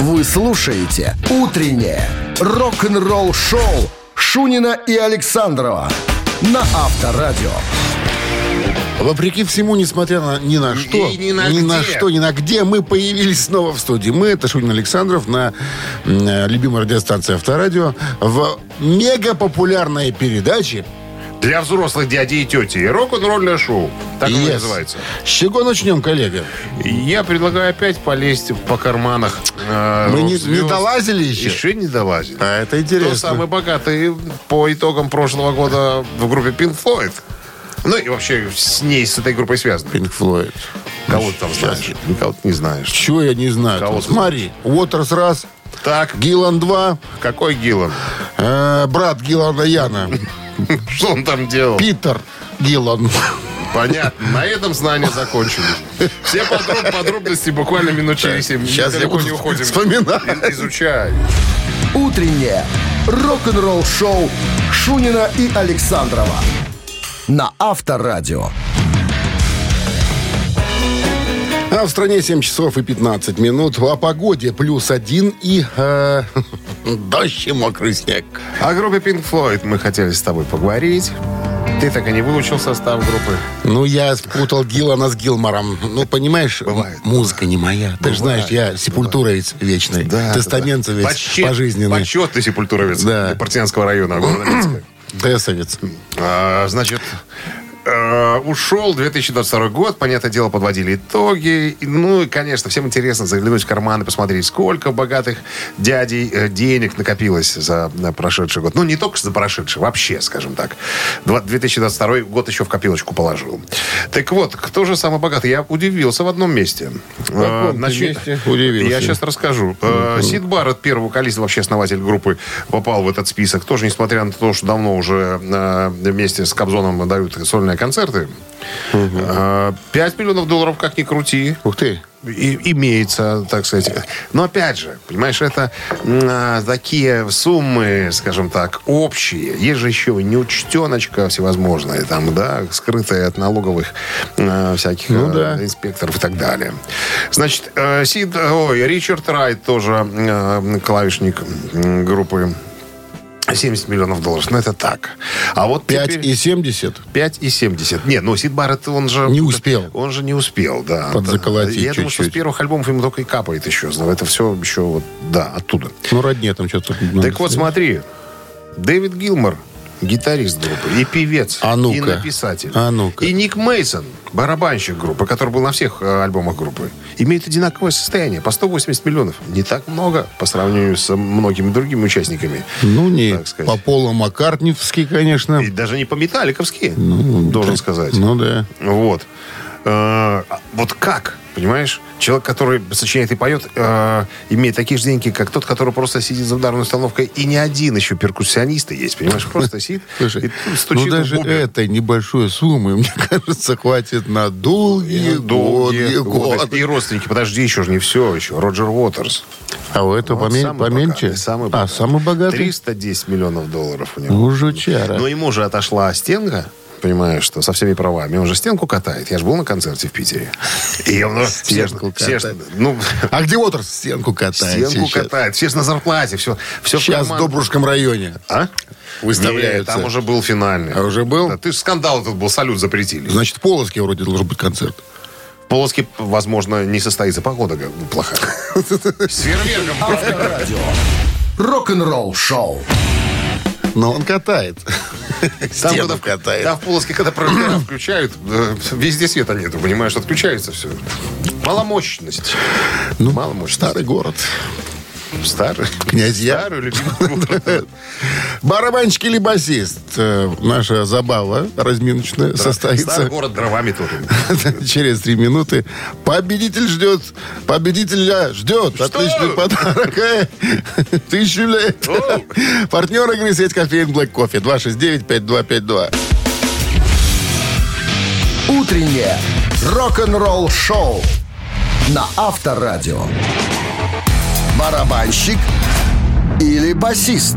Вы слушаете «Утреннее рок-н-ролл-шоу» Шунина и Александрова на Авторадио. Вопреки всему, несмотря ни на где, мы появились снова в студии. Мы, это Шунин Александров, на любимой радиостанции Авторадио, в мегапопулярной передаче для взрослых дядей и тети. Рок-н-ролльное шоу. Так оно и называется. С чего начнем, коллега? Я предлагаю опять полезть по карманах. Мы не долазили еще? Еще не долазили. А это интересно. Кто самый богатый по итогам прошлого года в группе Pink Floyd? Ну и вообще с этой группой связано. Pink Floyd. Кого ты там знаешь? Никого ты не знаешь. Чего я не знаю? Кого смотри. Уотерс раз. Так. Гиллан 2. Какой Гиллан? Брат Гиллана Яна. Что он там делал? Питер Гиллан. Понятно. На этом знания закончились. Все подробности буквально минут через 7. Сейчас я буду не уходим. Вспоминать. Изучай. «Утреннее рок-н-ролл-шоу» Шунина и Александрова на Авторадио. А в стране 7 часов и 15 минут. О погоде +1 и дождь и мокрый снег. О группе Pink Floyd мы хотели с тобой поговорить. Ты так и не выучил состав группы. Ну, я спутал Гиллана с Гилмором. Ну, понимаешь, бывает, музыка не моя. Ты же знаешь, я сепультуровец вечный. Да, тестаментовец пожизненный. Почетный сепультуровец. Да. Партизанского района города Минска. ДСовец. Значит, ушел 2022 год, понятное дело, подводили итоги. Ну и, конечно, всем интересно заглянуть в карман и посмотреть, сколько богатых дядей денег накопилось за прошедший год. Ну, не только за прошедший, вообще, скажем так. 2022 год еще в копилочку положил. Так вот, кто же самый богатый? Я удивился в одном месте. Месте удивился? Я сейчас расскажу. Сид Барретт, первый вокалист, вообще основатель группы, попал в этот список. Тоже, несмотря на то, что давно уже вместе с Кобзоном дают сольные концерты. 5 миллионов долларов, как ни крути. Ух ты. И имеется, так сказать. Но опять же, понимаешь, это такие суммы, скажем так, общие. Есть же еще неучтеночка всевозможная, там, да, скрытая от налоговых всяких инспекторов и так далее. Значит, Ричард Райт, тоже клавишник группы, 70 миллионов долларов. Ну, это так. А вот 5,70? 5,70. Нет, ну, Сид Барретт, он же... Не успел. Он же не успел, да. Подзаколотить Я чуть-чуть. думаю, что с первых альбомов ему только и капает еще. Это все еще, вот, да, оттуда. Ну, родне там что-то... Так вот, смотри. Дэвид Гилмор, гитарист группы, и певец, и написатель. И Ник Мейсон, барабанщик группы, который был на всех альбомах группы, имеют одинаковое состояние, по 180 миллионов. Не так много по сравнению с многими другими участниками. Ну, не по Полу Маккартневски, конечно. И даже не по Металликовски, должен сказать. Ну, да. Вот. Вот как, понимаешь? Человек, который сочиняет и поет, имеет такие же деньги, как тот, который просто сидит за ударной установкой. И не один еще перкуссионист есть, понимаешь? Просто сидит и стучит. Ну, даже этой небольшой суммы, мне кажется, хватит на долгие годы. И родственники, подожди, еще же не все. Еще Роджер Уотерс. А у этого поменьше? Самый богатый. 310 миллионов долларов у него. Ну, жучара. Но ему же отошла стенка. Понимаешь, что со всеми правами. Он же стенку катает. Я же был на концерте в Питере. И он стенку катает. А где Уотерс стенку катает? Стенку катает. Все же на зарплате. Все сейчас в Добружском районе. Выставляются. Нет, там уже был финальный. А уже был? Да, ты же скандал этот был, салют запретили. Значит, в Полоцке вроде должен быть концерт. В Полоцке, возможно, не состоится, погода плохая. С фейерверком. Авторадио. Рок-н-ролл шоу. Но он катает. Стену катает. Да, в Полоцке, когда проводера включают, везде света нету, понимаешь, отключается все. Маломощность. Ну, старый город. Старый. Князья. Старый, любимый город. Барабанщик или басист? Наша забава разминочная состоится. Старый город дровами тут. Через 3 минуты. Победителя ждет. Что? Отличный подарок. 1000 лет. Партнер игры сеть кофеин Black Coffee. 269-5252. Утреннее рок-н-ролл шоу на Авторадио. Барабанщик или басист?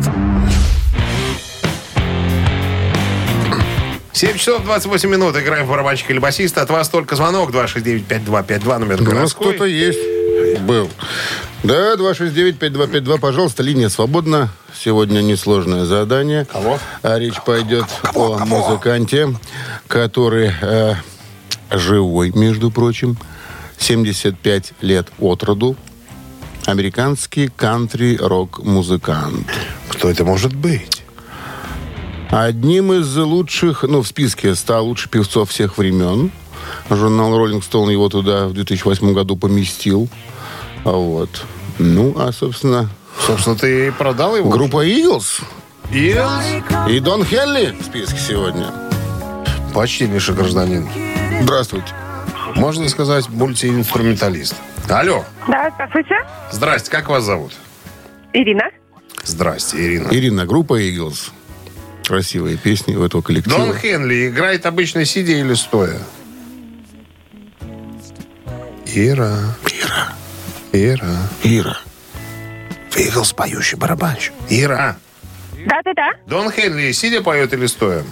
7 часов 28 минут. Играем в барабанщика или басиста. От вас только звонок. 269-5252. Номер городской. Кто-то есть. Был. Да, 269-5252, пожалуйста, линия свободна. Сегодня несложное задание. Кого? Речь пойдет о музыканте, который живой, между прочим, 75 лет от роду. Американский кантри-рок-музыкант. Кто это может быть? Одним из лучших, в списке 100 лучших певцов всех времен. Журнал Rolling Stone его туда в 2008 году поместил. Вот. Собственно... Собственно, ты продал его? Группа Eagles. Eagles? И Дон Хенли в списке сегодня. Почтеннейший гражданин. Здравствуйте. Можно сказать, мультиинструменталист. Алло. Да, здравствуйте. Здрасте, как вас зовут? Ирина. Здрасте, Ирина. Ирина, группа Eagles. Красивые песни у этого коллектива. Дон Хенли играет обычно сидя или стоя? Ира. Eagles поющий барабанщик. Ира. Да. Дон Хенли сидя поет или стоя?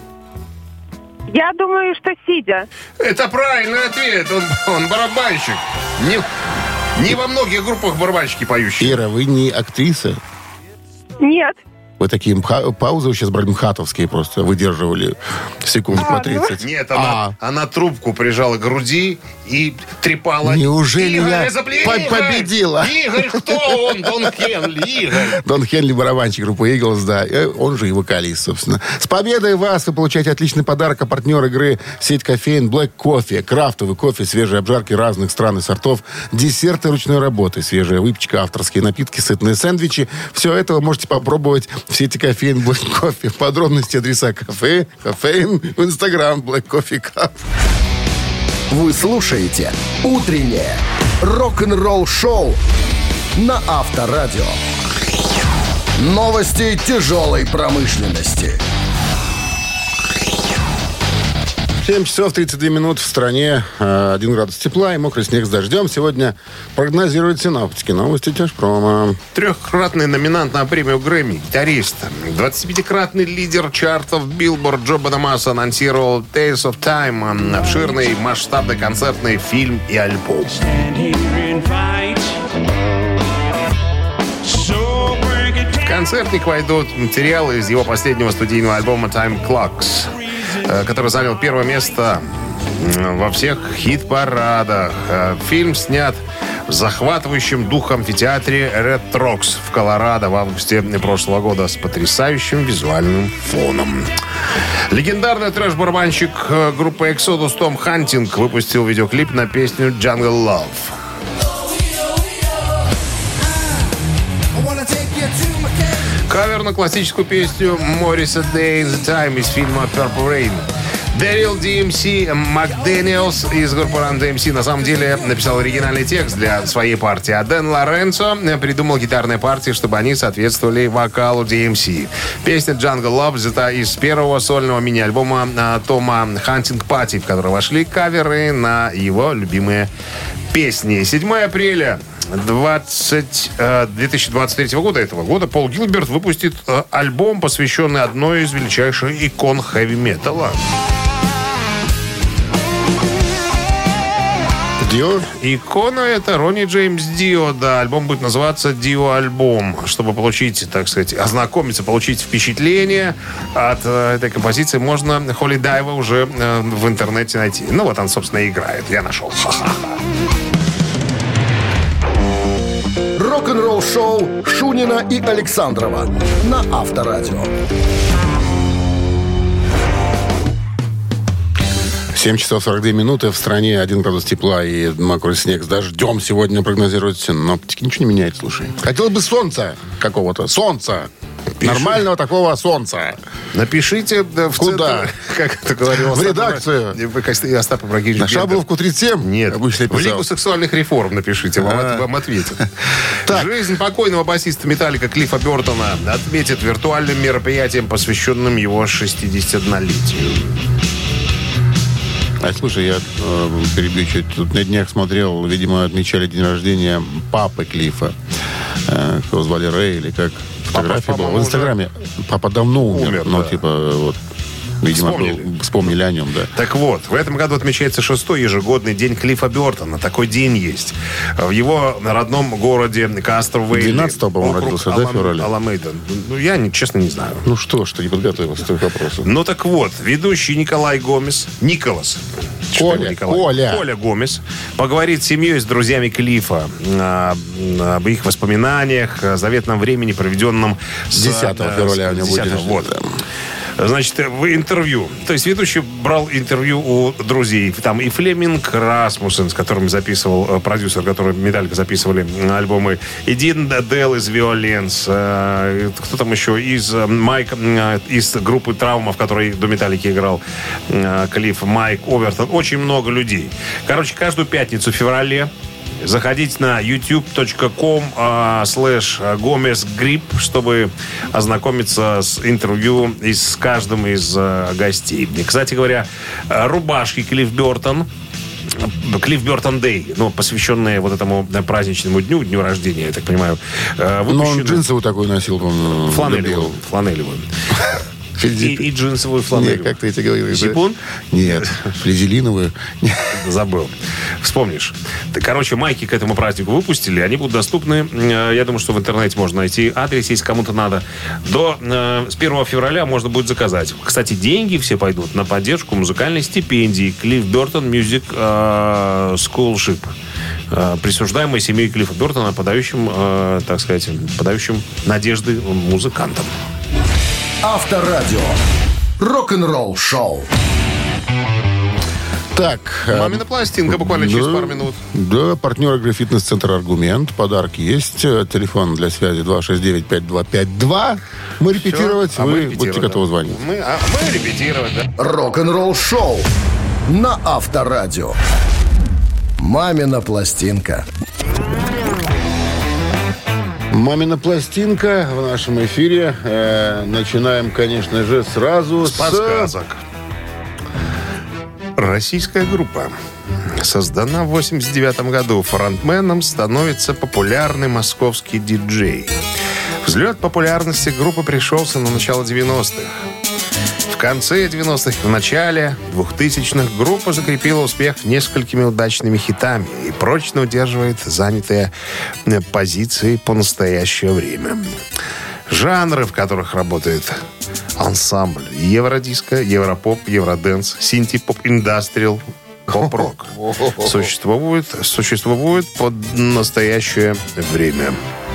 Я думаю, что сидя. Это правильный ответ. Он барабанщик. Не во многих группах барабанщики поющие. Ира, вы не актриса? Нет. Вы такие паузы сейчас брали мхатовские просто выдерживали секунд по 30. Нет, она трубку прижала к груди и трепала. Неужели я победила? Игорь, кто он? Дон Хенли, Игорь. Дон Хенли, барабанщик группы Eagles, да. Он же и вокалист, собственно. С победой вас! Вы получаете отличный подарок. А партнер игры сеть кофеин Black Coffee. Крафтовый кофе, свежие обжарки разных стран и сортов, десерты ручной работы, свежая выпечка, авторские напитки, сытные сэндвичи. Все это вы можете попробовать в сети кофеин Black Coffee. Подробности, адреса кофеин в Инстаграм Black Coffee Cup. Вы слушаете «Утреннее рок-н-ролл-шоу» на Авторадио. Новости тяжелой промышленности. 7 часов 32 минут в стране, 1 градус тепла и мокрый снег с дождем. Сегодня прогнозируют синоптики. Новости Тяжпрома. Трехкратный номинант на премию Грэмми, гитарист, 25-кратный лидер чартов Billboard Джо Бонамасса анонсировал Tales of Time, обширный масштабный концертный фильм и альбом. В концертник войдут материалы из его последнего студийного альбома Time Clocks, который занял первое место во всех хит-парадах. Фильм снят в захватывающем дух амфитеатре Red Rocks в Колорадо в августе прошлого года с потрясающим визуальным фоном. Легендарный трэш-барабанщик группы Exodus Том Хантинг выпустил видеоклип на песню Jungle Love. Кавер на классическую песню Morris A Day in the Time из фильма Purple Rain. Дэрил DMC Макдэниелс из группы Run DMC на самом деле написал оригинальный текст для своей партии, а Дэн Лоренцо придумал гитарные партии, чтобы они соответствовали вокалу DMC. Песня Jungle Love взята из первого сольного мини-альбома Тома Хантинг Пати, в который вошли каверы на его любимые песни. 7 апреля 2023 года, этого года, Пол Гилберт выпустит альбом, посвященный одной из величайших икон хэви-металла. Дио? Икона — это Ронни Джеймс Дио, да. Альбом будет называться «Дио-альбом». Чтобы получить, так сказать, ознакомиться, получить впечатление от этой композиции, можно Холли Дайва уже в интернете найти. Ну, вот он, собственно, и играет. Я нашел. Рок-н-ролл-шоу Шунина и Александрова на Авторадио. 7 часов 42 минуты. В стране 1 градус тепла и мокрый снег с дождем. Сегодня прогнозируют синоптики. Ничего не меняется, слушай. Хотелось бы солнца какого-то. Солнца. Нормального такого солнца. Напишите в куда? Центр, как это говорил в редакцию. Остап Ибрагимович. На Шабловку 37? Нет. В Лигу сексуальных реформ напишите, вам ответят. Жизнь покойного басиста Металлика Клиффа Бёртона отметит виртуальным мероприятием, посвященным его 61-летию. Слушай, я перебью чуть. Тут на днях смотрел, видимо, отмечали день рождения папы Клиффа. Его звали Рэй, или как фотография была в Инстаграме. Папа давно умер. Ну, да. Типа, вот. Видимо, вспомнили о нем, да. Так вот, в этом году отмечается 6-й ежегодный день Клиффа Бёртона. Такой день есть. В его родном городе Кастер-Вейли. 12-го, по-моему, родился, да, февраля? Аламейда. Ну, я, честно, не знаю. Ну что ж, ты не подготовился к вопросу. Ну так вот, ведущий Николас Коля Гомес поговорит с семьей, с друзьями Клиффа об их воспоминаниях, о заветном времени, проведенном с 10 февраля у него будет. Вот. Значит, в интервью. То есть ведущий брал интервью у друзей. Там и Флеминг Расмуссен, с которым записывал, продюсер, который Металлика записывали альбомы. И Дин Делл из Виоленс. Кто там еще? Из группы Травма, в которой до Металлики играл Клифф, Майк Овертон. Очень много людей. Короче, каждую пятницу в феврале заходите на youtube.com/gomesgrip, чтобы ознакомиться с интервью и с каждым из гостей. И, кстати говоря, рубашки Клифф Бёртон Дэй, посвященные вот этому праздничному дню рождения, я так понимаю. Но он джинсовый такой носил, по-моему. Фланелевую. И джинсовую фланель. Нет, как ты эти говоришь? Зипун? Нет, флизелиновую. Забыл. Вспомнишь. Короче, майки к этому празднику выпустили. Они будут доступны. Я думаю, что в интернете можно найти адрес, если кому-то надо. С 1 февраля можно будет заказать. Кстати, деньги все пойдут на поддержку музыкальной стипендии Cliff Burton Music Scholarship, присуждаемой семьей Клиффа Бёртона, подающим надежды музыкантам. Авторадио. Рок-н-ролл шоу. Так. Мамина пластинка буквально через пару минут. Да, партнер игры «Фитнес-центр Аргумент». Подарки есть. Телефон для связи 269-5252. Мы репетировать. Вы будьте готовы звонить. Мы репетировать, да. Рок-н-ролл шоу на Авторадио. Мамина пластинка. «Мамина пластинка» в нашем эфире. Начинаем, конечно же, сразу с подсказок. Российская группа. Создана в 1989 году. Фронтменом становится популярный московский диджей. Взлет популярности группы пришелся на начало 90-х. В конце 90-х, в начале 2000-х группа закрепила успех несколькими удачными хитами и прочно удерживает занятые позиции по настоящее время. Жанры, в которых работает ансамбль: евродиско, европоп, евродэнс, синти-поп, индастриал, поп-рок. Существует под настоящее время.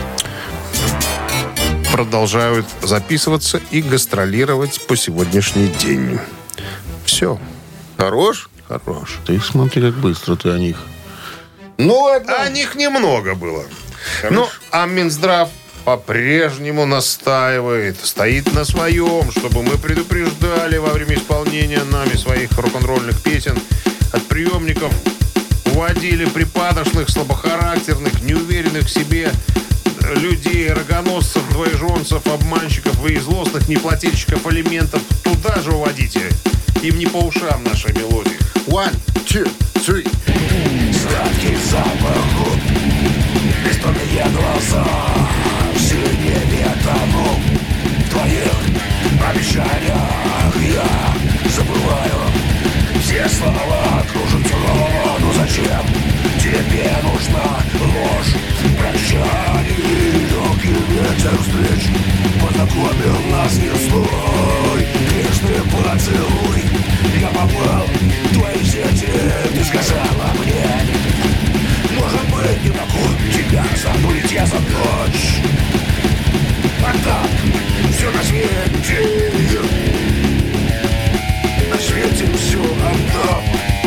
Продолжают записываться и гастролировать по сегодняшний день. Все. Хорош? Хорош. Ты смотри, как быстро ты о них. О них немного было. А Минздрав по-прежнему настаивает, стоит на своем, чтобы мы предупреждали во время исполнения нами своих рок-н-ролльных песен от приемников, уводили припадочных, слабохарактерных, неуверенных в себе людей, рогоносцев, двоеженцев, обманщиков и злостных неплательщиков алиментов. Туда же уводите. Им не по ушам наша мелодия. 1, 2, 3. Сладкий запах губ, беспомощные глаза. Все не тому в твоих обещаниях я забываю. Все слова кружат тяжело, но зачем тебе нужна ложь? Прощай, долгий ветер встреч познакомил нас весной. Нежный поцелуй, я попал в твои сети. Ты сказала мне, может быть, не могу тебя забыть я за ночь. А так все на свете, на свете все отдам.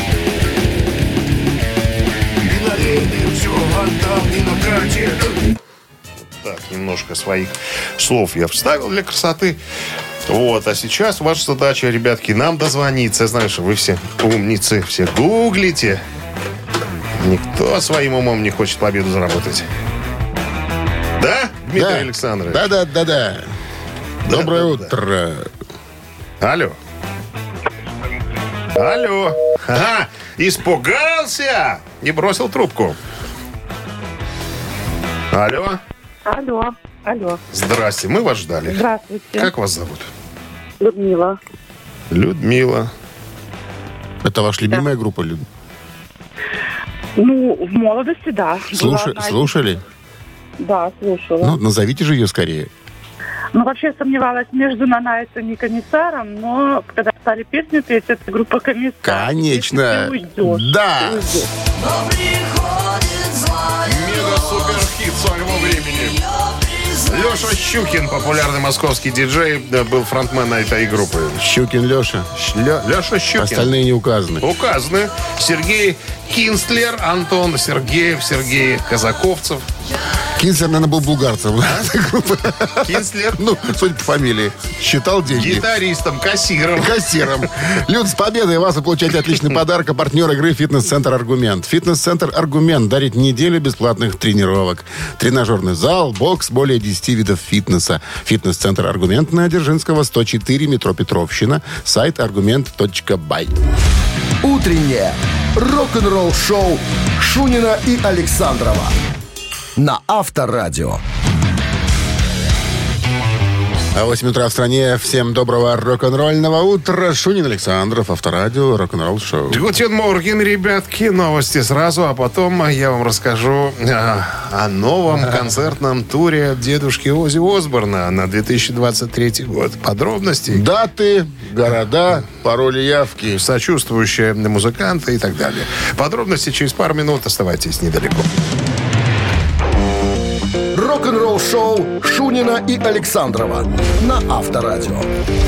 И на линии все отдам, и на карте. Так, немножко своих слов я вставил для красоты. Вот, а сейчас ваша задача, ребятки, нам дозвониться. Я знаю, что вы все умницы, все гуглите. Никто своим умом не хочет победу заработать. Да, Дмитрий Александрович? Да. Доброе утро. Алло. Ага, испугался и бросил трубку. Алло. Алло. Здрасте, мы вас ждали. Здравствуйте. Как вас зовут? Людмила. Людмила. Это ваша любимая группа, Люд? Ну, в молодости, да. Слушали? Да, слушала. Ну, назовите же ее скорее. Ну, вообще сомневалась между Нанайцем и Комиссаром, но когда стали песню петь, это группа Комиссар. Конечно. Да. Мега-супер-хит своего времени. Леша Щукин, популярный московский диджей, был фронтмен этой группы. Щукин Леша. Леша Щукин. Остальные не указаны. Указаны. Сергей Кинстлер, Антон Сергеев, Сергей Казаковцев. Кинслер, наверное, был булгарцем. Кинслер? Ну, судя по фамилии. Считал деньги. Гитаристом, кассиром. Люд, с победой вас вы получаете отличный подарок. А партнер игры «Фитнес-центр Аргумент». «Фитнес-центр Аргумент» дарит неделю бесплатных тренировок. Тренажерный зал, бокс, более 10 видов фитнеса. «Фитнес-центр Аргумент» на Дзержинского, 104, метро Петровщина. Сайт argument.by. Утреннее рок-н-ролл-шоу Шунина и Александрова на Авторадио. А 8 утра в стране. Всем доброго рок-н-ролльного утра. Шунин, Александров, Авторадио, рок-н-ролл шоу. Гутен Морген, ребятки. Новости сразу, а потом я вам расскажу о новом концертном туре дедушки Оззи Осборна на 2023 год. Подробности. Даты, города, пароли, явки. Сочувствующие музыканты и так далее. Подробности через пару минут. Оставайтесь недалеко. Рок-н-ролл-шоу Шунина и Александрова на Авторадио.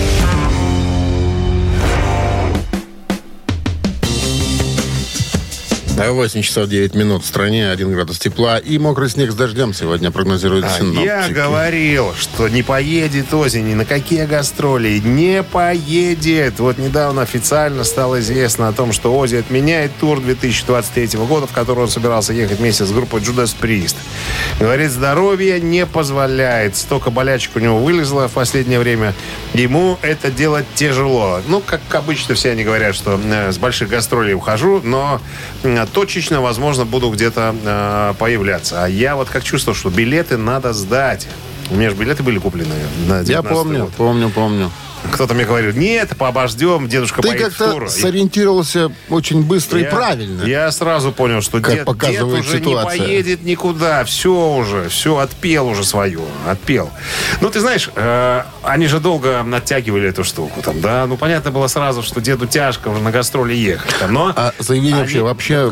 8 часов 9 минут в стране, 1 градус тепла и мокрый снег с дождем сегодня прогнозируют синоптики. Я говорил, что не поедет Оззи ни на какие гастроли. Не поедет. Вот недавно официально стало известно о том, что Оззи отменяет тур 2023 года, в который он собирался ехать вместе с группой Judas Priest. Говорит, здоровье не позволяет. Столько болячек у него вылезло в последнее время. Ему это делать тяжело. Ну, как обычно все они говорят, что с больших гастролей ухожу, но точечно, возможно, буду где-то появляться. А я вот как чувствовал, что билеты надо сдать. У меня же билеты были куплены на 19 Я помню. Кто-то мне говорил, нет, пообождем, дедушка поедет в тур. Ты как-то сориентировался очень быстро и правильно. Я сразу понял, что дед уже ситуация. Не поедет никуда. Все, отпел уже свое. Отпел. Ну, ты знаешь, они же долго оттягивали эту штуку. Там, да? Ну, понятно было сразу, что деду тяжко уже на гастроли ехать. Там, но а заявили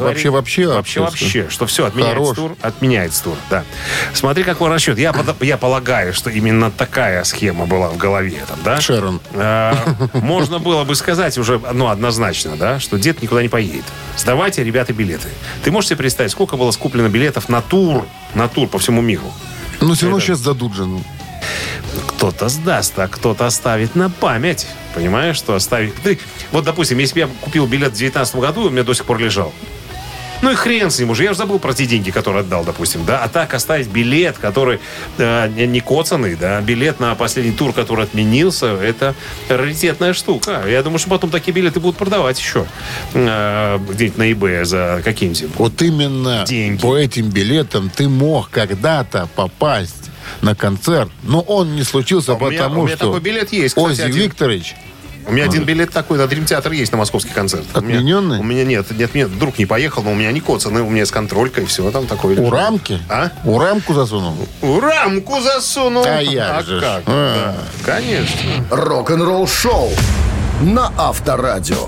вообще, что все, отменяется тур. Да. Смотри, какой расчет. Я полагаю, что именно такая схема была в голове. Там, да? Шерон. Можно было бы сказать уже однозначно, да, что дед никуда не поедет. Сдавайте, ребята, билеты. Ты можешь себе представить, сколько было скуплено билетов на тур по всему миру? Ну, все равно сейчас сдадут же. Кто-то сдаст, а кто-то оставит на память. Понимаешь, что оставить... Вот, допустим, если бы я купил билет в 2019 году, у меня до сих пор лежал. Ну и хрен с ним уже. Я уже забыл про те деньги, которые отдал, допустим, да. А так оставить билет, который не коцанный, да, билет на последний тур, который отменился, это раритетная штука. Я думаю, что потом такие билеты будут продавать еще где-нибудь на eBay за какие-нибудь вот именно деньги. По этим билетам ты мог когда-то попасть на концерт, но он не случился, потому что такой билет есть, кстати, Оззи Викторович. У меня один билет такой на Дрим Театр есть, на московский концерт. Отмененный? У меня нет, вдруг не поехал, но у меня не коцанный, у меня с контролькой, все там такое. У рамки? А? У рамку засунул? У рамку засунул. А я же. Как? Да, конечно. Рок-н-ролл-шоу на Авторадио.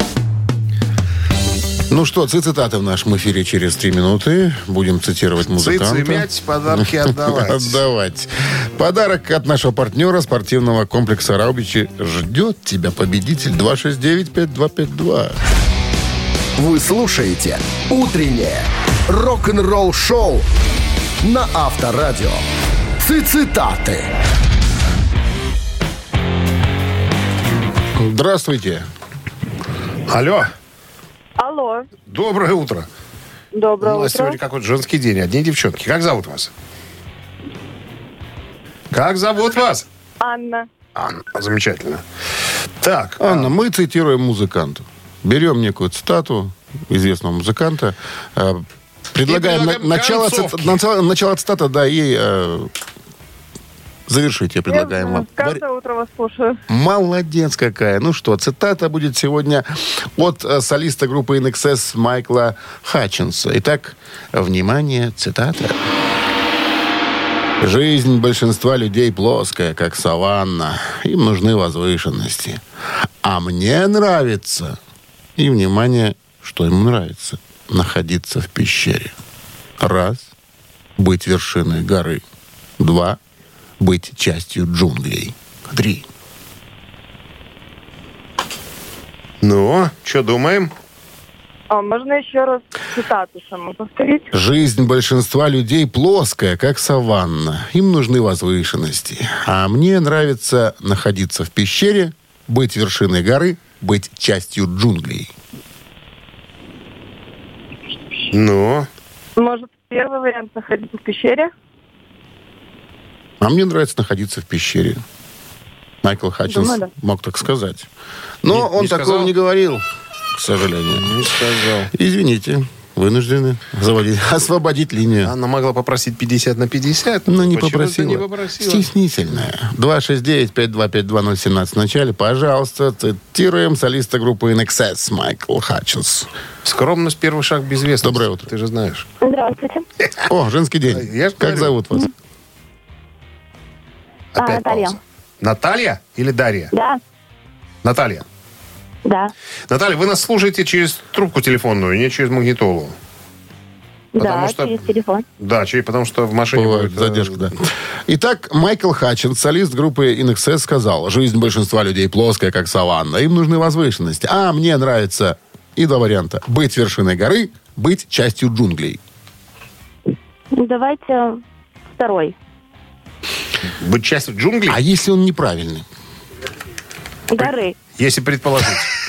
Ну что, цитаты в нашем эфире через 3 минуты. Будем цитировать музыканта. Цицы мять, подарки отдавать. Отдавать. Подарок от нашего партнера спортивного комплекса «Раубичи» ждет тебя, победитель. 269-5252. Вы слушаете «Утреннее рок-н-ролл-шоу» на Авторадио. Цитаты. Здравствуйте. Алло. Алло. Доброе утро. Доброе утро. У нас сегодня какой-то женский день. Одни девчонки. Как зовут вас? Как зовут вас? Анна. Анна. Замечательно. Так. Анна, мы цитируем музыканта. Берем некую цитату известного музыканта, предлагаем начало цитаты, да, ей Завершите, предлагаем вам. Каждое утро вас слушаю. Молодец какая. Ну что, цитата будет сегодня от солиста группы In Excess Майкла Хатчинса. Итак, внимание, цитата. «Жизнь большинства людей плоская, как саванна. Им нужны возвышенности. А мне нравится...» И, внимание, что ему нравится. Находиться в пещере. 1. Быть вершиной горы. 2. Быть частью джунглей. 3. Ну, что думаем? А можно еще раз цитату саму повторить? «Жизнь большинства людей плоская, как саванна. Им нужны возвышенности. А мне нравится находиться в пещере, быть вершиной горы, быть частью джунглей». Ну? Может, первый вариант находиться в пещере? А мне нравится находиться в пещере. Майкл Хатчинс Думаю, да. мог так сказать. Но он такого сказал? не говорил, к сожалению. Не сказал. Извините, вынуждены освободить линию. Она могла попросить 50 на 50. Но не Почему-то попросила. не попросила. Стеснительная. 269-525-2017 в начале. Пожалуйста, цитируем солиста группы In Excess Майкл Хатчинс. Скромность — первый шаг к безвестности. Доброе утро. Ты же знаешь. Здравствуйте. О, женский день. Я ж Как говорю. зовут вас? Опять Наталья. пауза. Наталья или Дарья? Да, Наталья. да, Наталья, вы нас слушаете через трубку телефонную, не через магнитолу. Потому да, что- через телефон. Да, потому что в машине Бывает будет, задержка, да. Итак, Майкл Хатчинс, солист группы In Excess, сказал: «Жизнь большинства людей плоская, как саванна. Им нужны возвышенности. А мне нравится...» И 2 варианта. Быть вершиной горы, быть частью джунглей. Давайте второй. Быть частью джунглей, А если он неправильный? Горы. если предположить.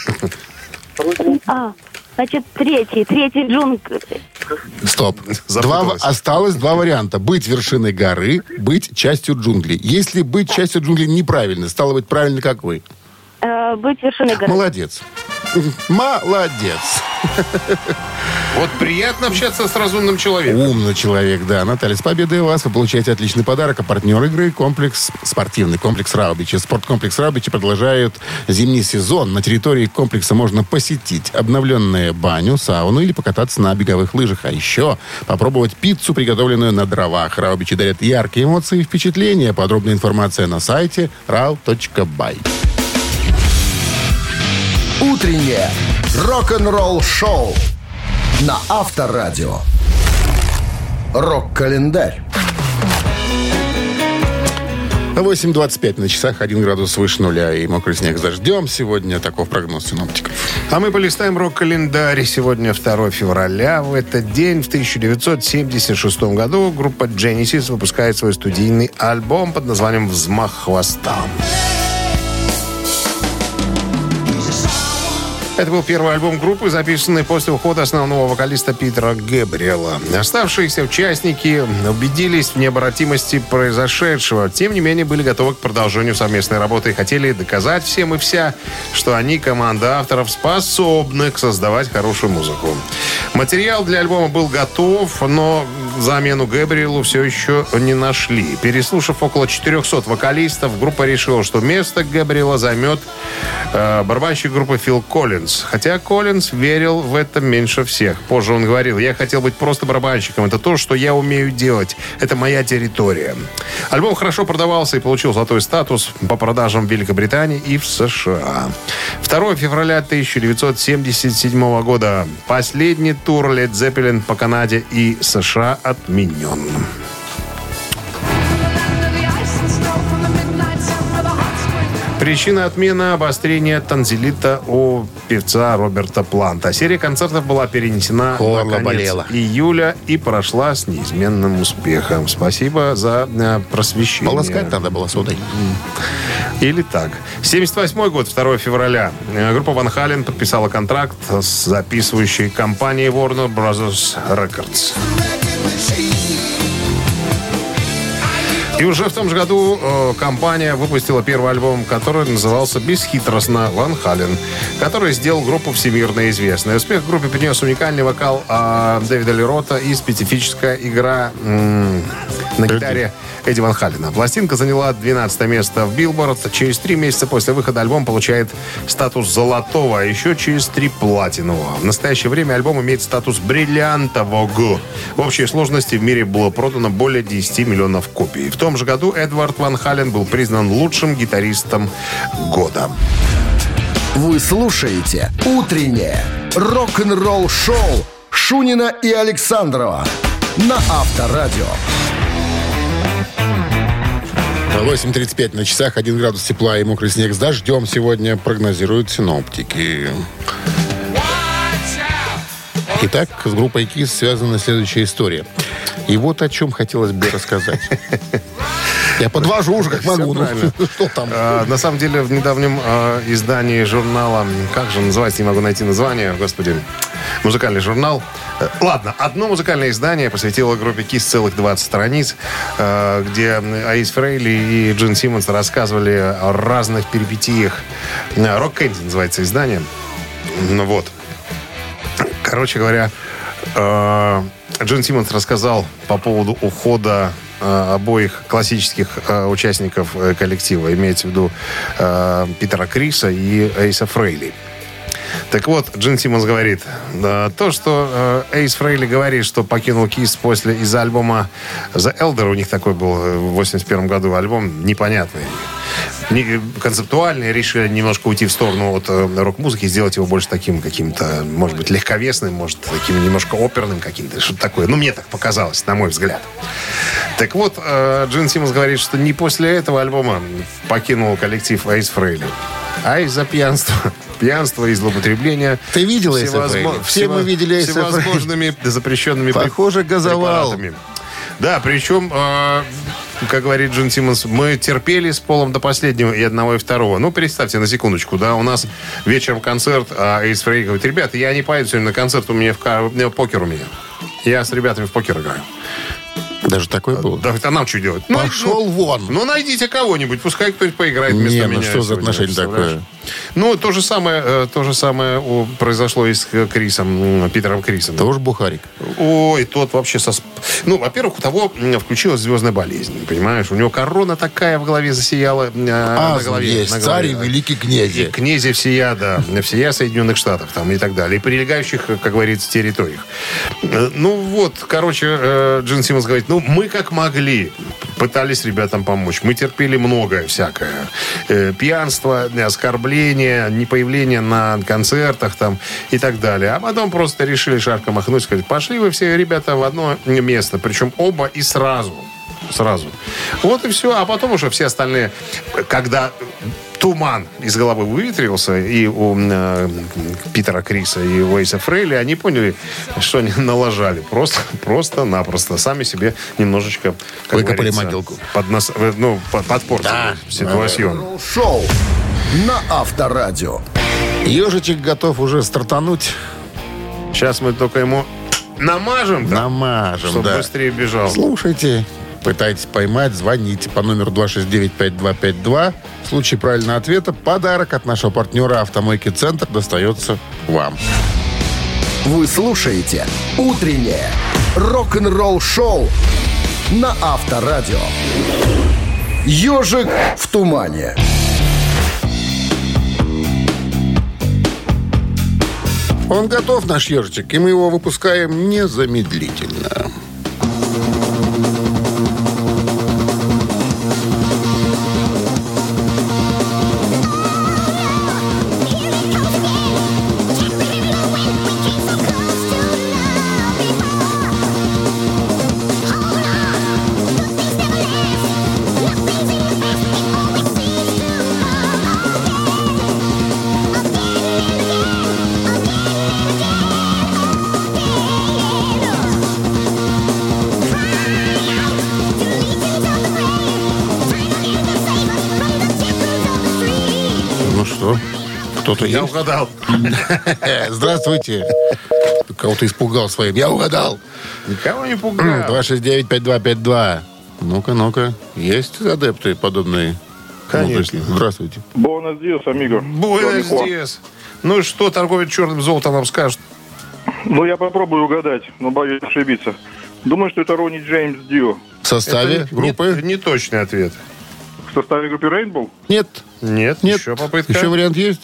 Значит, третий джунгли. Стоп. Запуталась. Осталось 2 варианта. Быть вершиной горы, быть частью джунглей. Если быть частью джунглей неправильно, стало быть правильно, как вы. Быть вершиной горы. Молодец. Молодец. Вот приятно общаться с разумным человеком. Умный человек, да. Наталья, с победой вас. Вы получаете отличный подарок. А партнер игры спортивный комплекс Раубичи. Спорткомплекс Раубичи продолжает зимний сезон. На территории комплекса можно посетить обновленную баню, сауну или покататься на беговых лыжах. А еще попробовать пиццу, приготовленную на дровах. Раубичи дарят яркие эмоции и впечатления. Подробная информация на сайте rau.by. Утреннее рок-н-ролл-шоу на Авторадио. Рок-календарь. 8:25 на часах, 1 градус выше нуля и мокрый снег с дождем. Сегодня таков прогноз синоптиков. А мы полистаем рок-календарь. Сегодня 2 февраля. В этот день, в 1976 году, группа Genesis выпускает свой студийный альбом под названием «Взмах хвоста». Это был первый альбом группы, записанный после ухода основного вокалиста Питера Гэбриэла. Оставшиеся участники убедились в необратимости произошедшего. Тем не менее, были готовы к продолжению совместной работы и хотели доказать всем и вся, что они, команда авторов, способны создавать хорошую музыку. Материал для альбома был готов, но замену Гэбриэлу все еще не нашли. Переслушав около 400 вокалистов, группа решила, что место Гэбриэла займет барабанщик группы Фил Коллинз. Хотя Коллинз верил в это меньше всех. Позже он говорил: «Я хотел быть просто барабанщиком. Это то, что я умею делать. Это моя территория». Альбом хорошо продавался и получил золотой статус по продажам в Великобритании и в США. 2 февраля 1977 года. Последний тур Led Zeppelin по Канаде и США отменен. Причина отмены — обострение тонзиллита у певца Роберта Планта. Серия концертов была перенесена Горло на конец болело. июля и прошла с неизменным успехом. Спасибо за просвещение. Полоскать надо было содой. Или так. 78 год, 2 февраля. Группа Ван Хален подписала контракт с записывающей компанией Warner Brothers Records. И уже в том же году компания выпустила первый альбом, который назывался бесхитростно «Ван Хален», который сделал группу всемирно известной. Успех группе принес уникальный вокал Дэвида Ли Рота и специфическая игра на гитаре Эдди Ван Халена. Пластинка заняла 12 место в Billboard. Через 3 месяца после выхода альбом получает статус золотого, а еще через 3 платинового. В настоящее время альбом имеет статус бриллиантового. В общей сложности в мире было продано более 10 миллионов копий. В том же году Эдвард Ван Хален был признан лучшим гитаристом года. Вы слушаете «Утреннее рок-н-ролл-шоу» Шунина и Александрова на Авторадио. 8:35 на часах, 1 градус тепла и мокрый снег с дождем сегодня прогнозируют синоптики. Итак, с группой KISS связана следующая история. И вот о чем хотелось бы рассказать. Я подвожу уже, как могу. Что там? На самом деле, в недавнем издании журнала, как же называется, не могу найти название, господи, музыкальный журнал. Ладно, одно музыкальное издание посвятило группе KISS целых 20 страниц, где Эйс Фрейли и Джин Симмонс рассказывали о разных перипетиях. «Рок Кэнди» называется издание. Ну вот. Короче говоря, Джин Симмонс рассказал по поводу ухода обоих классических участников коллектива, имеется в виду Питера Криса и Эйса Фрейли. Так вот, Джин Симмонс говорит, то, что Эйс Фрейли говорит, что покинул KISS из-за альбома The Elder, у них такой был в 81 году альбом, непонятный. Концептуальные, решили немножко уйти в сторону от рок-музыки, сделать его больше таким каким-то, может быть, легковесным, может, таким немножко оперным каким-то, что-то такое. Ну, мне так показалось, на мой взгляд. Так вот, Джин Симмонс говорит, что не после этого альбома покинул коллектив Эйс Фрейли, а из-за пьянства. Пьянство и злоупотребления. Ты видел Эйса Фрейли? Все мы видели Эйса Фрейли. Всевозможными запрещенными Похоже, газовал. препаратами. Да, причем, как говорит Джин Симмонс, мы терпели с Полом до последнего, и одного, и второго. Ну, представьте, на секундочку, да, у нас вечером концерт, а Эйс Фрейли говорит, ребята, я не поеду сегодня на концерт, у меня покер у меня. Я с ребятами в покер играю. Даже такое было? Да, а нам что делать? Пошел вон. Ну, найдите кого-нибудь, пускай кто-нибудь поиграет вместо меня. Ну что за отношение такое? Ну, то же самое произошло и с Крисом, Питером Крисом. Тоже бухарик. Ой, тот вообще Ну, во-первых, у того включилась звездная болезнь, понимаешь? У него корона такая в голове засияла. На голове, есть, царь и великий князь. И князи всея, да, всея Соединенных Штатов там и так далее. И прилегающих, как говорится, территориях. Ну, вот, короче, Джин Симмонс говорит, ну, мы как могли пытались ребятам помочь. Мы терпели многое всякое. Пьянство, оскорбления, непоявление на концертах там и так далее. А потом просто решили шарком махнуть, сказать, пошли вы все, ребята, в одно место. Причем оба и сразу. Вот и все. А потом уже все остальные, когда туман из головы выветрился и у Питера Криса, и у Эйса Фрейли, они поняли, что они налажали. Просто-напросто. Сами себе немножечко, выкопали могилку. Подпортили ситуацию. Шоу на Авторадио. Ежичек готов уже стартануть. Сейчас мы только ему намажем, чтобы да. быстрее бежал. Слушайте. Пытаетесь поймать, звоните по номеру 269-5252. В случае правильного ответа подарок от нашего партнера «Автомойки Центр» достается вам. Вы слушаете «Утреннее рок-н-ролл-шоу» на Авторадио. «Ежик в тумане». Он готов, наш ежичек, и мы его выпускаем незамедлительно. Кто-то Я угадал. Здравствуйте. Кого-то испугал своим. Я угадал. Никого не пугал. 269-5252. Ну-ка. Есть адепты подобные? Конечно. Здравствуйте. Буэнос диас, амиго. Буэнос диас. Ну что, торговец черным золотом нам скажет? Ну, я попробую угадать, но боюсь ошибиться. Думаю, что это Ронни Джеймс Дио. В составе группы? Не точный ответ. В составе группы Rainbow? Нет. Еще попытка. Еще вариант есть?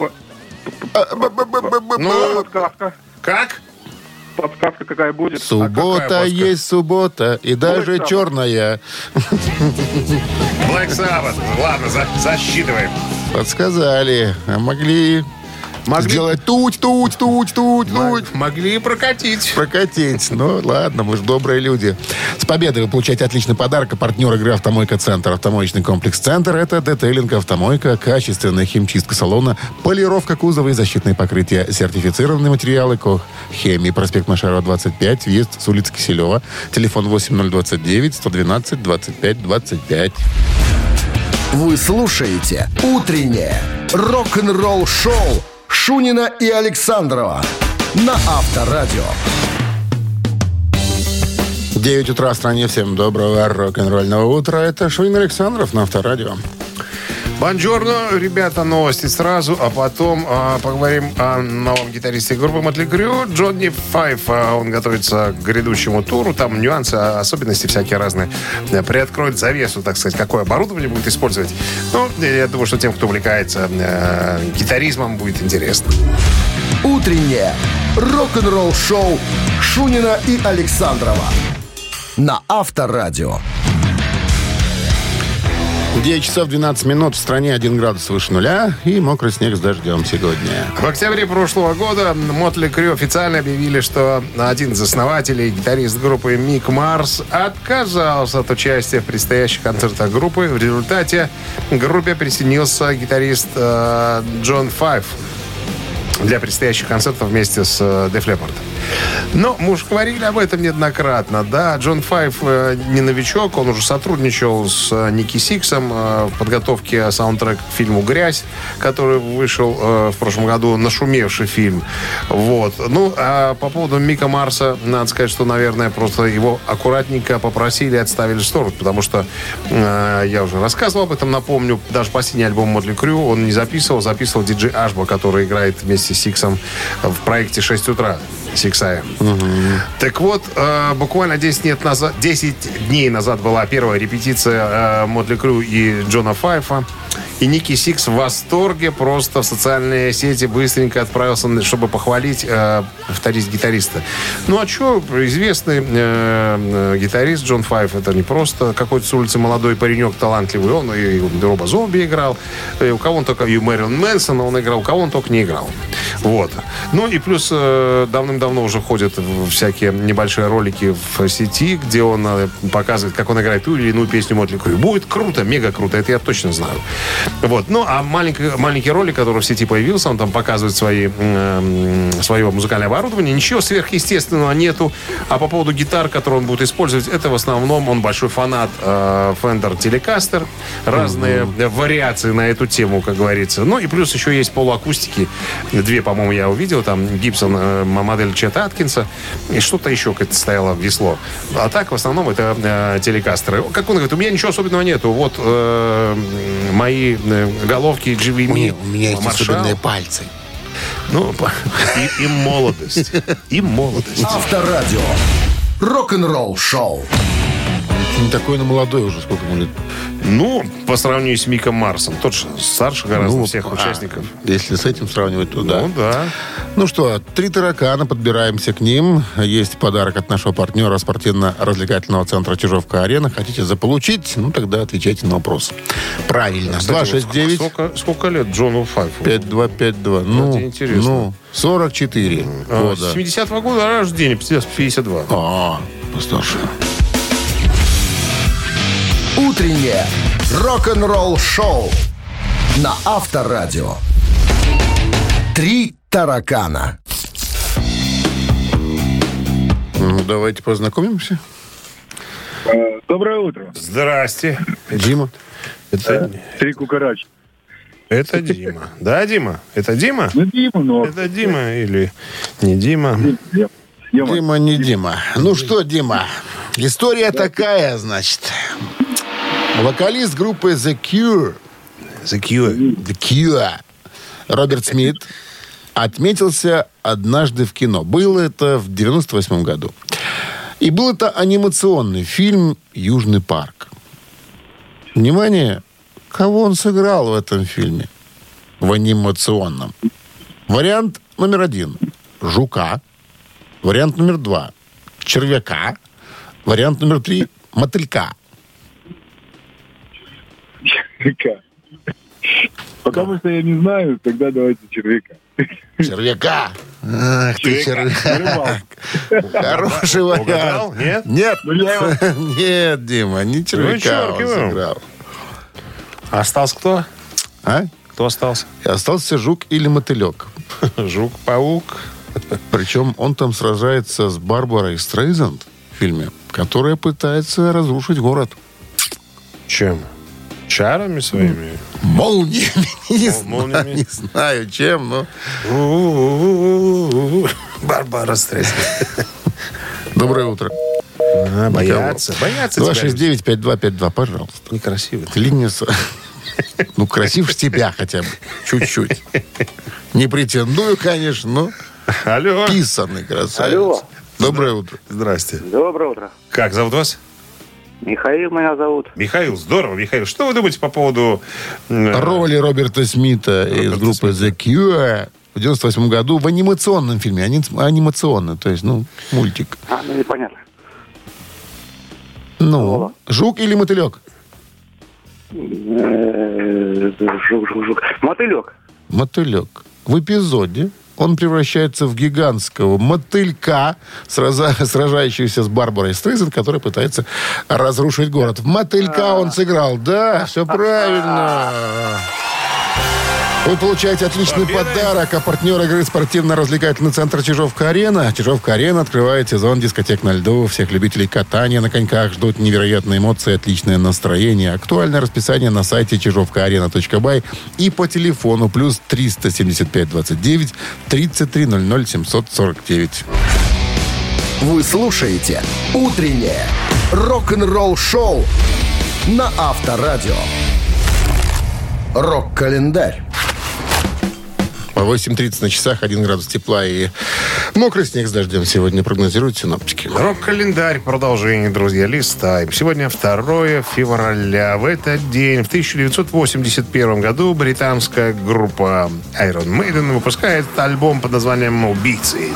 Подсказка. Как? Подсказка какая будет? Суббота есть суббота, и даже черная. Black Sabbath. Ладно, засчитываем. Подсказали. А могли сделать туть. Могли прокатить. Ну, ладно, мы же добрые люди. С победой вы получаете отличный подарок. А партнер игры «Автомойка Центр». Автомоечный комплекс «Центр» — это детейлинг, автомойка, качественная химчистка салона, полировка кузова и защитные покрытия. Сертифицированные материалы КОХ «Хемии». Проспект Машарова, 25. Въезд с улицы Киселева. Телефон 8029-112-25-25. Вы слушаете «Утреннее рок-н-ролл-шоу» Шунина и Александрова на Авторадио. 9 утра в стране. Всем доброго рок-н-ролльного утра. Это Шунин Александров на Авторадио. Бонжорно, ребята, новости сразу, а потом поговорим о новом гитаристе группы Motley Crue Джонни Файв. Он готовится к грядущему туру, там нюансы, особенности всякие разные. Приоткроет завесу, так сказать, какое оборудование будет использовать. Ну, я думаю, что тем, кто увлекается гитаризмом, будет интересно. Утреннее рок-н-ролл-шоу Шунина и Александрова на Авторадио. 9 часов 12 минут. В стране 1 градус выше нуля и мокрый снег с дождем сегодня. В октябре прошлого года Motley Crue официально объявили, что один из основателей, гитарист группы Мик Марс, отказался от участия в предстоящих концертах группы. В результате к группе присоединился гитарист Джон Файв для предстоящих концертов вместе с Def Leppard. Но мы уже говорили об этом неоднократно. Да, Джон Файв не новичок, он уже сотрудничал с Ники Сиксом в подготовке саундтрека к фильму «Грязь», который вышел в прошлом году, нашумевший фильм. Вот. Ну, а по поводу Мика Марса, надо сказать, что, наверное, просто его аккуратненько попросили и отставили в сторону, потому что я уже рассказывал об этом, напомню, даже последний альбом Motley Crue он не записывал диджей Ашба, который играет вместе с Сиксом в проекте «6 утра». Так вот, буквально 10 дней назад была первая репетиция Motley Crue и Джона Файфа. И Ники Сикс в восторге просто в социальные сети быстренько отправился, чтобы похвалить, повторить гитариста. Ну а что, известный гитарист Джон Файв, это не просто какой-то с улицы молодой паренек талантливый. Он и Роба Зомби играл, и у кого он только, и Мэрилин Мэнсона он играл, у кого он только не играл. Вот. Ну и плюс давным-давно уже ходят всякие небольшие ролики в сети, где он показывает, как он играет ту или иную песню Motley Crue. Будет круто, мега круто, это я точно знаю. Вот. Ну, а маленький ролик, который в сети появился, он там показывает свое музыкальное оборудование. Ничего сверхъестественного нету. А по поводу гитар, которые он будет использовать, это в основном он большой фанат Fender Telecaster. Разные вариации на эту тему, как говорится. Ну, и плюс еще есть полуакустики. 2, по-моему, я увидел. Там Gibson, модель Чета Аткинса. И что-то еще как-то стояло весло. А так, в основном, это Телекастеры. Как он говорит, у меня ничего особенного нету. Вот мои головки GVME. У меня есть особенные пальцы. Ну, и молодость. И молодость. Авторадио. Рок-н-ролл шоу. Не такой, но молодой уже. Сколько ему лет? Ну, по сравнению с Миком Марсом. Тот же старше гораздо всех участников. Если с этим сравнивать, то да. Ну, да. Ну что, 3 таракана, подбираемся к ним. Есть подарок от нашего партнера спортивно-развлекательного центра «Чижовка-Арена». Хотите заполучить? Ну, тогда отвечайте на вопрос. Правильно. Кстати, 269. Сколько лет Джону Файфу? 5252. Ну, интересно. 44 года. 70-го года рождения, 52. Постарше. Утреннее рок-н-ролл шоу на Авторадио. 3 таракана. Ну, давайте познакомимся. Доброе утро. Здрасте. Дима. Это 3 кукарачи. Это Дима. Да, Дима? Это Дима? Ну, Дима, но... Это Дима или не Дима? Дима, не Дима. Ну что, Дима, история такая, значит. Вокалист группы The Cure Роберт Смит отметился однажды в кино. Было это в 98 году. И был это анимационный фильм «Южный парк». Внимание, кого он сыграл в этом фильме? В анимационном. Вариант номер 1 – жука. Вариант номер 2 – червяка. Вариант номер 3 – мотылька. Червяка. Потому что я не знаю, тогда давайте червяка. Червяка. Ах ты, червяк. Хороший вариант. Нет? Нет. Нет, Дима, не червяка он сыграл. А остался кто? А? Кто остался? И остался жук или мотылек. Жук-паук. Причем он там сражается с Барбарой Стрейзанд в фильме, которая пытается разрушить город. Чем? Чарами своими? Молниями. Молниями? Не знаю, чем, но... Барбара Стрейзанд. Доброе утро. Боятся. 269-5252, пожалуйста. Некрасивый. Линия... Ну, красив ж тебя хотя бы. Чуть-чуть. Не претендую, конечно, но... Алло. Писанный красавец. Алло. Доброе утро. Здрасте. Доброе утро. Как зовут вас? Михаил меня зовут. Михаил. Здорово, Михаил. Что вы думаете по поводу... Роли Роберта Смита из группы The Cure в 98 году в анимационном фильме. Анимационный, то есть, мультик. Ну, непонятно. Жук или мотылек? Жук. Мотылек. Мотылек. В эпизоде он превращается в гигантского мотылька, сражающегося с Барбарой Стрейзанд, которая пытается разрушить город. В мотылька он сыграл. Да, все правильно. Вы получаете отличный подарок, а партнер игры спортивно-развлекательный центр «Чижовка-арена». «Чижовка-арена» открывает сезон дискотек на льду. Всех любителей катания на коньках ждут невероятные эмоции, отличное настроение. Актуальное расписание на сайте чижовкаарена.бай и по телефону плюс 375 29 33 00 749. Вы слушаете «Утреннее рок-н-ролл-шоу» на Авторадио. Рок-календарь. По 8:30 на часах, 1 градус тепла и мокрый снег с дождем сегодня прогнозируют синоптики. Рок-календарь. Продолжение, друзья. Листаем. Сегодня 2 февраля. В этот день, в 1981 году, британская группа Iron Maiden выпускает альбом под названием «Убийцы».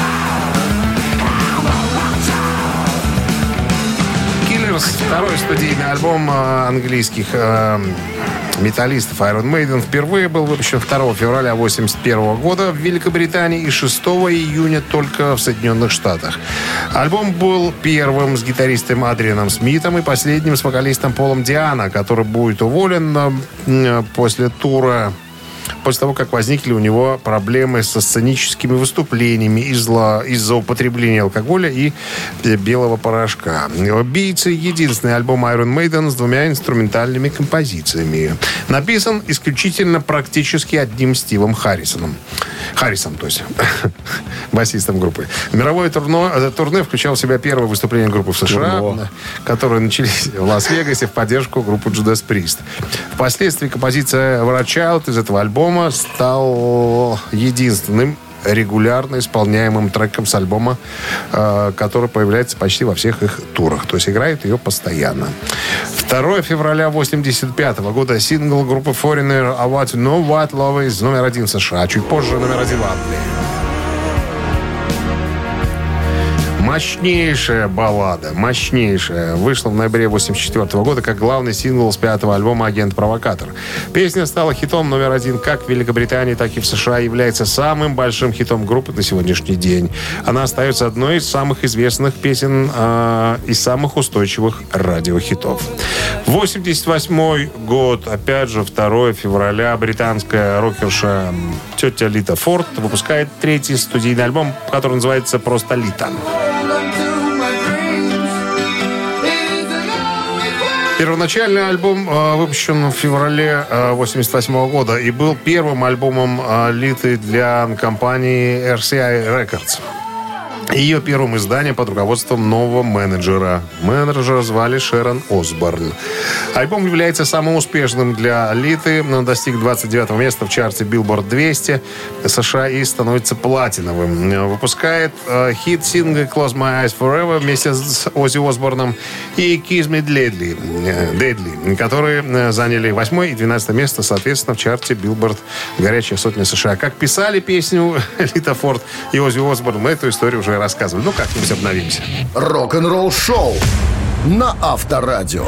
Второй студийный альбом английских металлистов Iron Maiden впервые был выпущен 2 февраля 1981 года в Великобритании и 6 июня только в Соединенных Штатах. Альбом был первым с гитаристом Адрианом Смитом и последним с вокалистом Полом Диано, который будет уволен после тура, после того, как возникли у него проблемы со сценическими выступлениями из-за употребления алкоголя и белого порошка. «Убийцы» — единственный альбом Iron Maiden с 2 инструментальными композициями. Написан исключительно практически одним Стивом Харрисом, то есть басистом группы. Мировое турне включало в себя первое выступление группы в США, которые начались в Лас-Вегасе в поддержку группы Judas Priest. Впоследствии композиция «War Child» из этого альбома стал единственным регулярно исполняемым треком с альбома, который появляется почти во всех их турах. То есть играют ее постоянно. 2 февраля 1985 года сингл группы Foreigner «I Want to Know What Love Is» номер 1 США. Чуть позже номер 1 в Англии. Мощнейшая баллада, мощнейшая. Вышла в ноябре 1984 года как главный сингл с 5-го альбома «Агент-провокатор». Песня стала хитом номер 1 как в Великобритании, так и в США. Является самым большим хитом группы на сегодняшний день. Она остается одной из самых известных песен и самых устойчивых радиохитов. 1988 год, опять же, 2 февраля, британская рокерша тетя Лита Форд выпускает 3-й студийный альбом, который называется просто «Лита». Первоначальный альбом выпущен в феврале 1988 года и был первым альбомом Литы для компании RCA Records. ее первым изданием под руководством нового менеджера. Менеджера звали Шерон Осборн. Альбом является самым успешным для Литы. Он достиг 29-го места в чарте Billboard 200 США и становится платиновым. Выпускает хит-сингл Close My Eyes Forever вместе с Оззи Осборном и Kiss Me Deadly, которые заняли 8 и 12 место, соответственно, в чарте Billboard «Горячая сотня США». Как писали песню Лита Форд и Оззи Осборн, мы эту историю уже рассказывали. Ну, как-нибудь обновимся. Рок-н-ролл шоу на Авторадио.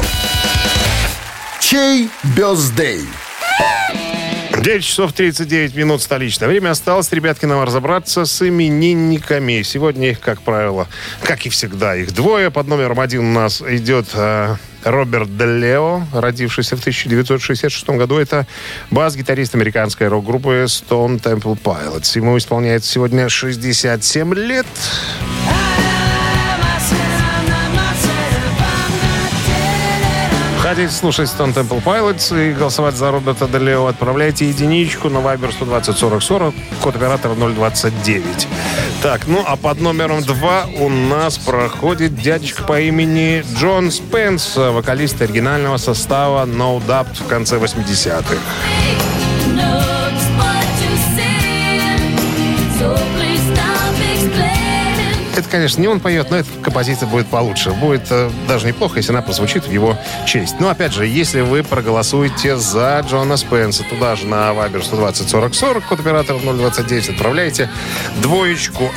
Чей бёздей? 9 часов 39 минут столичное время. Осталось, ребятки, нам разобраться с именинниками. Сегодня их, как правило, как и всегда, их двое. Под номером 1 у нас идет Роберт Де Лео, родившийся в 1966 году. Это бас-гитарист американской рок-группы Stone Temple Pilots. Ему исполняется сегодня 67 лет. Хотите слушать Stone Temple Pilots и голосовать за Роберта Де Лео, отправляйте единичку на Viber 120 40 40, код оператора 029. Так, ну а под номером 2 у нас проходит дядечка по имени Джон Спенс, вокалист оригинального состава No Doubt в конце 80-х. Это, конечно, не он поет, но эта композиция будет получше. Будет даже неплохо, если она прозвучит в его честь. Но, опять же, если вы проголосуете за Джона Спенса, туда же на Viber 120 40 40, код оператора 029, отправляйте двоечку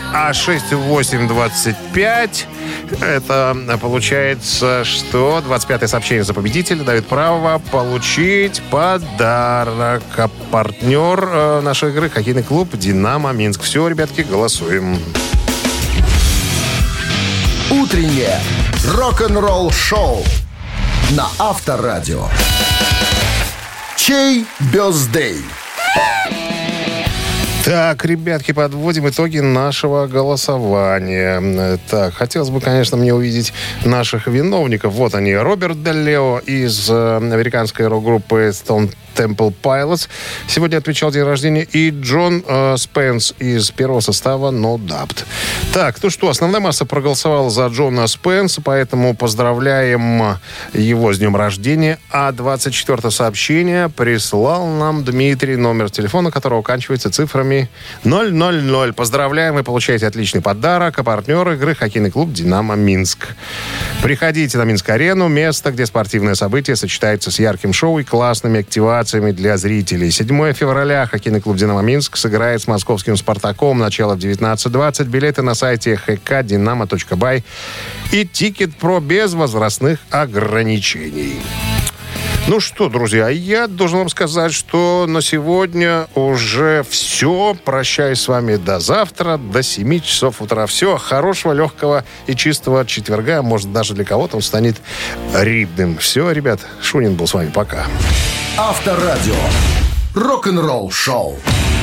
А6825. Это получается, что 25-е сообщение за победителя дает право получить подарок. А партнер нашей игры — хоккейный клуб «Динамо Минск». Все, ребятки, голосуем. Утреннее рок-н-ролл-шоу на Авторадио. Чей бёздей? Так, ребятки, подводим итоги нашего голосования. Так, хотелось бы, конечно, мне увидеть наших виновников. Вот они. Роберт Де Лео из американской рок-группы Stone Temple Pilots сегодня отмечал день рождения. И Джон Спенс из первого состава No Doubt. Так, ну что, основная масса проголосовала за Джона Спенса, поэтому поздравляем его с днем рождения. А 24-е сообщение прислал нам Дмитрий, номер телефона которого оканчивается цифрами 000. Поздравляем, вы получаете отличный подарок. А партнер игры — хоккейный клуб «Динамо Минск». Приходите на Минск-арену, место, где спортивное событие сочетается с ярким шоу и классными активациями для зрителей. 7 февраля хоккейный клуб «Динамо Минск» сыграет с московским «Спартаком». Начало в 19:20. Билеты на сайте hkdinamo.by и Тикет.Про без возрастных ограничений. Ну что, друзья, я должен вам сказать, что на сегодня уже все. Прощаюсь с вами до завтра, до 7 часов утра. Все. Хорошего, легкого и чистого четверга. Может, даже для кого-то он станет рибным. Все, ребят, Шунин был с вами. Пока. Авторадио. Рок-н-ролл шоу.